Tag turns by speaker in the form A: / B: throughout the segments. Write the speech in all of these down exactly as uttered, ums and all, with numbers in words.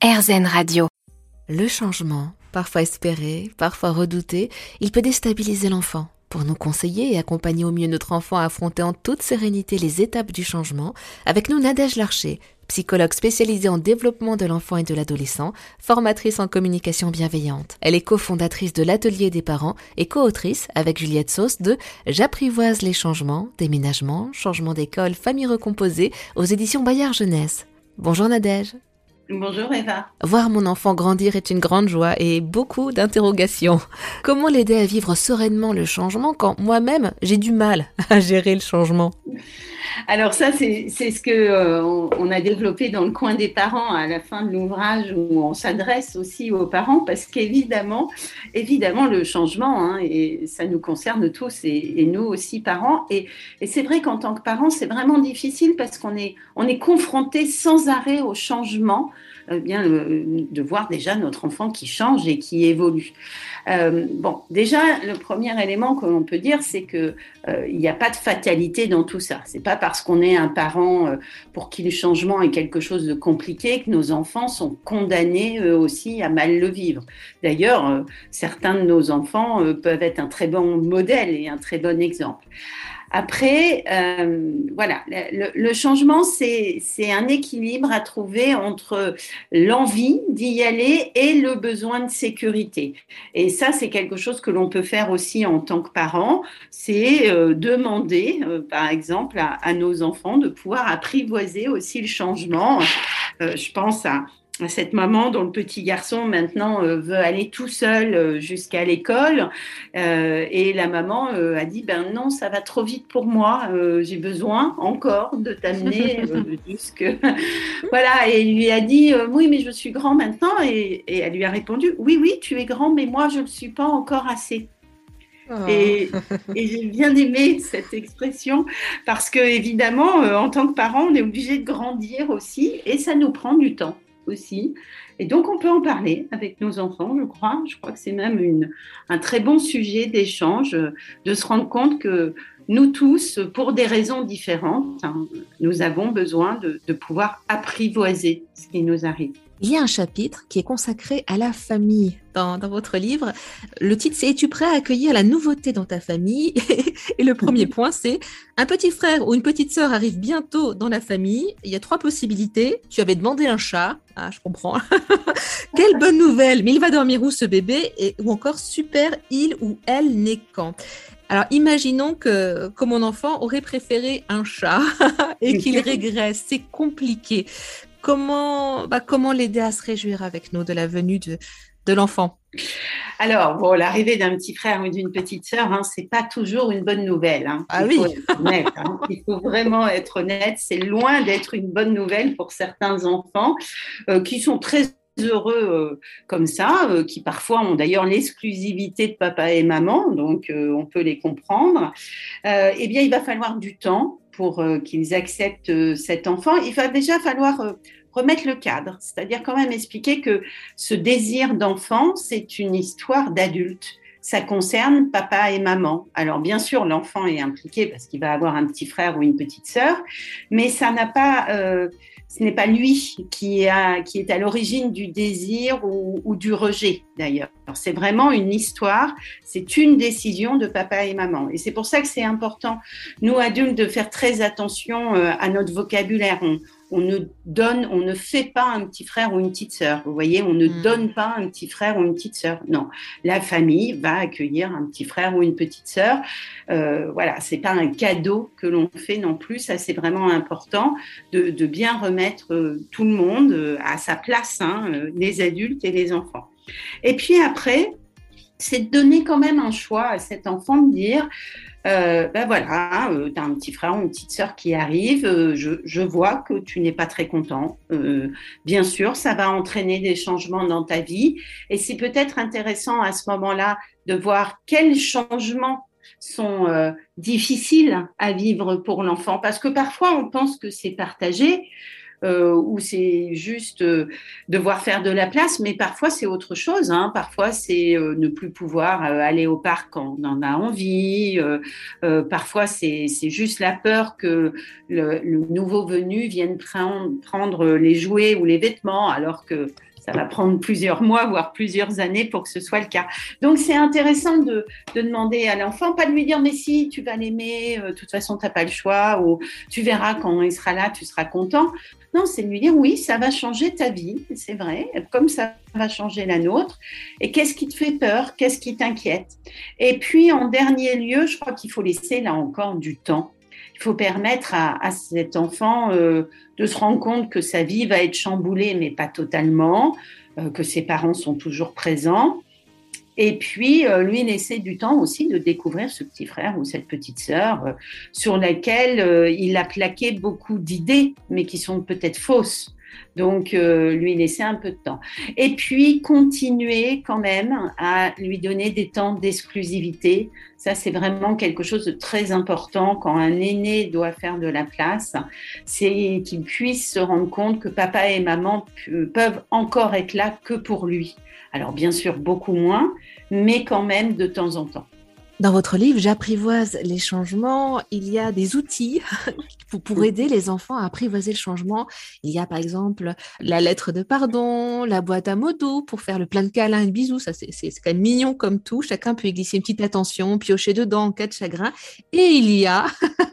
A: AirZen Radio.
B: Le changement, parfois espéré, parfois redouté, il peut déstabiliser l'enfant. Pour nous conseiller et accompagner au mieux notre enfant à affronter en toute sérénité les étapes du changement, avec nous Nadège Larcher, psychologue spécialisée en développement de l'enfant et de l'adolescent, formatrice en communication bienveillante. Elle est cofondatrice de l'Atelier des parents et co-autrice avec Juliette Sauce de J'apprivoise les changements, déménagement, changement d'école, famille recomposée aux éditions Bayard Jeunesse. Bonjour Nadège.
C: Bonjour Eva.
B: Voir mon enfant grandir est une grande joie et beaucoup d'interrogations. Comment l'aider à vivre sereinement le changement quand moi-même j'ai du mal à gérer le changement ?
C: Alors ça, c'est, c'est ce que euh, on, on a développé dans le coin des parents à la fin de l'ouvrage où on s'adresse aussi aux parents parce qu'évidemment, évidemment le changement, hein, et ça nous concerne tous et, et nous aussi parents. Et, et c'est vrai qu'en tant que parents, c'est vraiment difficile parce qu'on est, on est confronté sans arrêt au changement. Euh, bien euh, de voir déjà notre enfant qui change et qui évolue. Euh, bon, déjà, le premier élément que l'on peut dire, c'est que euh, il n'y a pas de fatalité dans tout ça. C'est pas parce qu'on est un parent euh, pour qui le changement est quelque chose de compliqué que nos enfants sont condamnés eux aussi à mal le vivre. D'ailleurs, euh, certains de nos enfants euh, peuvent être un très bon modèle et un très bon exemple. Après, euh, voilà, le, le changement, c'est, c'est un équilibre à trouver entre l'envie d'y aller et le besoin de sécurité. Et ça, c'est quelque chose que l'on peut faire aussi en tant que parent, c'est euh, demander, euh, par exemple, à, à nos enfants de pouvoir apprivoiser aussi le changement. Euh, je pense à à cette maman dont le petit garçon maintenant euh, veut aller tout seul euh, jusqu'à l'école euh, et la maman euh, a dit ben non, ça va trop vite pour moi, euh, j'ai besoin encore de t'amener euh, jusque voilà, et il lui a dit euh, oui mais je suis grand maintenant et, et elle lui a répondu oui oui tu es grand mais moi je ne le suis pas encore assez. Oh. Et, et j'ai bien aimé cette expression parce que évidemment euh, en tant que parent on est obligé de grandir aussi et ça nous prend du temps aussi. Et donc, on peut en parler avec nos enfants, je crois. Je crois que c'est même une, un très bon sujet d'échange, de se rendre compte que nous tous, pour des raisons différentes, hein, nous avons besoin de, de pouvoir apprivoiser ce qui nous arrive.
B: Il y a un chapitre qui est consacré à la famille dans, dans votre livre. Le titre, c'est « Es-tu prêt à accueillir la nouveauté dans ta famille ?» Et le premier point, c'est « Un petit frère ou une petite sœur arrive bientôt dans la famille. Il y a trois possibilités. Tu avais demandé un chat. » Ah, je comprends. « Quelle bonne nouvelle. Mais il va dormir où ce bébé ?» Et ou encore « Super, il ou elle naît quand ?» Alors, imaginons que, que mon enfant aurait préféré un chat et qu'il régresse. C'est compliqué. Comment, bah, comment l'aider à se réjouir avec nous de la venue de, de l'enfant ?
C: Alors, bon, l'arrivée d'un petit frère ou d'une petite sœur, hein, c'est pas toujours une bonne nouvelle. Hein.
B: Ah
C: il
B: oui.
C: faut être honnête, hein. Il faut vraiment être honnête. C'est loin d'être une bonne nouvelle pour certains enfants euh, qui sont très heureux euh, comme ça, euh, qui parfois ont d'ailleurs l'exclusivité de papa et maman, donc euh, on peut les comprendre. Euh, eh bien, il va falloir du temps pour euh, qu'ils acceptent euh, cet enfant. Il va déjà falloir euh, remettre le cadre, c'est-à-dire quand même expliquer que ce désir d'enfant, c'est une histoire d'adulte. Ça concerne papa et maman. Alors, bien sûr, l'enfant est impliqué parce qu'il va avoir un petit frère ou une petite sœur, mais ça n'a pas... Euh, ce n'est pas lui qui, a, qui est à l'origine du désir ou, ou du rejet, d'ailleurs. Alors, c'est vraiment une histoire, c'est une décision de papa et maman. Et c'est pour ça que c'est important, nous, adultes, de faire très attention euh, à notre vocabulaire. On, on ne donne, on ne fait pas un petit frère ou une petite sœur. Vous voyez, on ne mmh. donne pas un petit frère ou une petite sœur. Non, la famille va accueillir un petit frère ou une petite sœur. Euh, voilà, c'est pas un cadeau que l'on fait non plus. Ça, c'est vraiment important de, de bien remettre euh, tout le monde euh, à sa place, hein, euh, les adultes et les enfants. Et puis après, c'est de donner quand même un choix à cet enfant de dire euh, ben voilà, euh, tu as un petit frère ou une petite sœur qui arrive, euh, je, je vois que tu n'es pas très content. Euh, bien sûr, ça va entraîner des changements dans ta vie et c'est peut-être intéressant à ce moment-là de voir quels changements sont euh, difficiles à vivre pour l'enfant parce que parfois on pense que c'est partagé. Euh, où c'est juste euh, devoir faire de la place, mais parfois c'est autre chose. Hein. Parfois c'est euh, ne plus pouvoir euh, aller au parc quand on en a envie. Euh, euh, parfois c'est, c'est juste la peur que le, le nouveau venu vienne prendre, prendre les jouets ou les vêtements, alors que ça va prendre plusieurs mois, voire plusieurs années pour que ce soit le cas. Donc, c'est intéressant de, de demander à l'enfant, pas de lui dire, mais si, tu vas l'aimer, euh, de toute façon, tu n'as pas le choix, ou tu verras quand il sera là, tu seras content. Non, c'est de lui dire, oui, ça va changer ta vie, c'est vrai, comme ça va changer la nôtre. Et qu'est-ce qui te fait peur? Qu'est-ce qui t'inquiète? Et puis, en dernier lieu, je crois qu'il faut laisser, là encore, du temps. Il faut permettre à, à cet enfant euh, de se rendre compte que sa vie va être chamboulée, mais pas totalement, euh, que ses parents sont toujours présents. Et puis, euh, lui laisser du temps aussi de découvrir ce petit frère ou cette petite sœur euh, sur laquelle euh, il a plaqué beaucoup d'idées, mais qui sont peut-être fausses. Donc, euh, lui laisser un peu de temps. Et puis, continuer quand même à lui donner des temps d'exclusivité. Ça, c'est vraiment quelque chose de très important quand un aîné doit faire de la place. C'est qu'il puisse se rendre compte que papa et maman p- peuvent encore être là que pour lui. Alors, bien sûr, beaucoup moins, mais quand même de temps en temps.
B: Dans votre livre, J'apprivoise les changements, il y a des outils pour, pour aider les enfants à apprivoiser le changement. Il y a par exemple la lettre de pardon, la boîte à mots doux pour faire le plein de câlins et de bisous. Ça, c'est, c'est, c'est quand même mignon comme tout. Chacun peut y glisser une petite attention, piocher dedans en cas de chagrin. Et il y a,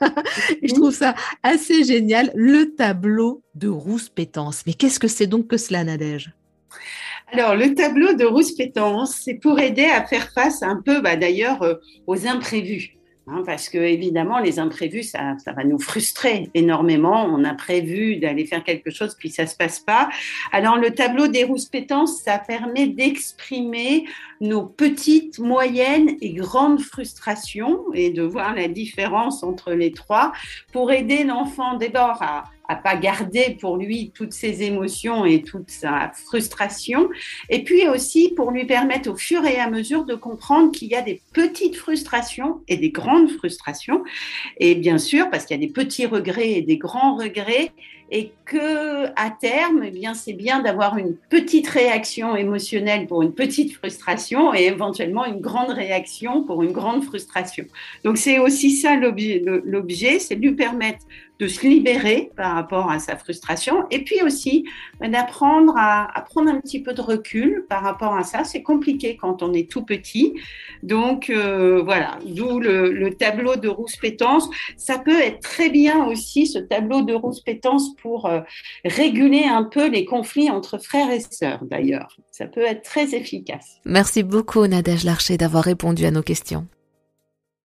B: et je trouve ça assez génial, le tableau de rouspétance. Mais qu'est-ce que c'est donc que cela, Nadège?
C: Alors, le tableau de rouspétance, c'est pour aider à faire face un peu, bah, d'ailleurs, euh, aux imprévus. Hein, parce que évidemment, les imprévus, ça, ça va nous frustrer énormément. On a prévu d'aller faire quelque chose, puis ça se passe pas. Alors, le tableau des rouspétances, ça permet d'exprimer nos petites, moyennes et grandes frustrations et de voir la différence entre les trois pour aider l'enfant d'abord à à pas garder pour lui toutes ses émotions et toute sa frustration, et puis aussi pour lui permettre au fur et à mesure de comprendre qu'il y a des petites frustrations et des grandes frustrations, et bien sûr parce qu'il y a des petits regrets et des grands regrets, et que à terme, eh bien, c'est bien d'avoir une petite réaction émotionnelle pour une petite frustration et éventuellement une grande réaction pour une grande frustration. Donc c'est aussi ça l'objet, l'objet, c'est de lui permettre de se libérer par rapport à sa frustration et puis aussi d'apprendre à, à prendre un petit peu de recul par rapport à ça. C'est compliqué quand on est tout petit. Donc euh, voilà, d'où le, le tableau de rouspétance. Ça peut être très bien aussi, ce tableau de rouspétance, pour euh, réguler un peu les conflits entre frères et sœurs d'ailleurs. Ça peut être très efficace.
B: Merci beaucoup Nadège Larcher d'avoir répondu à nos questions.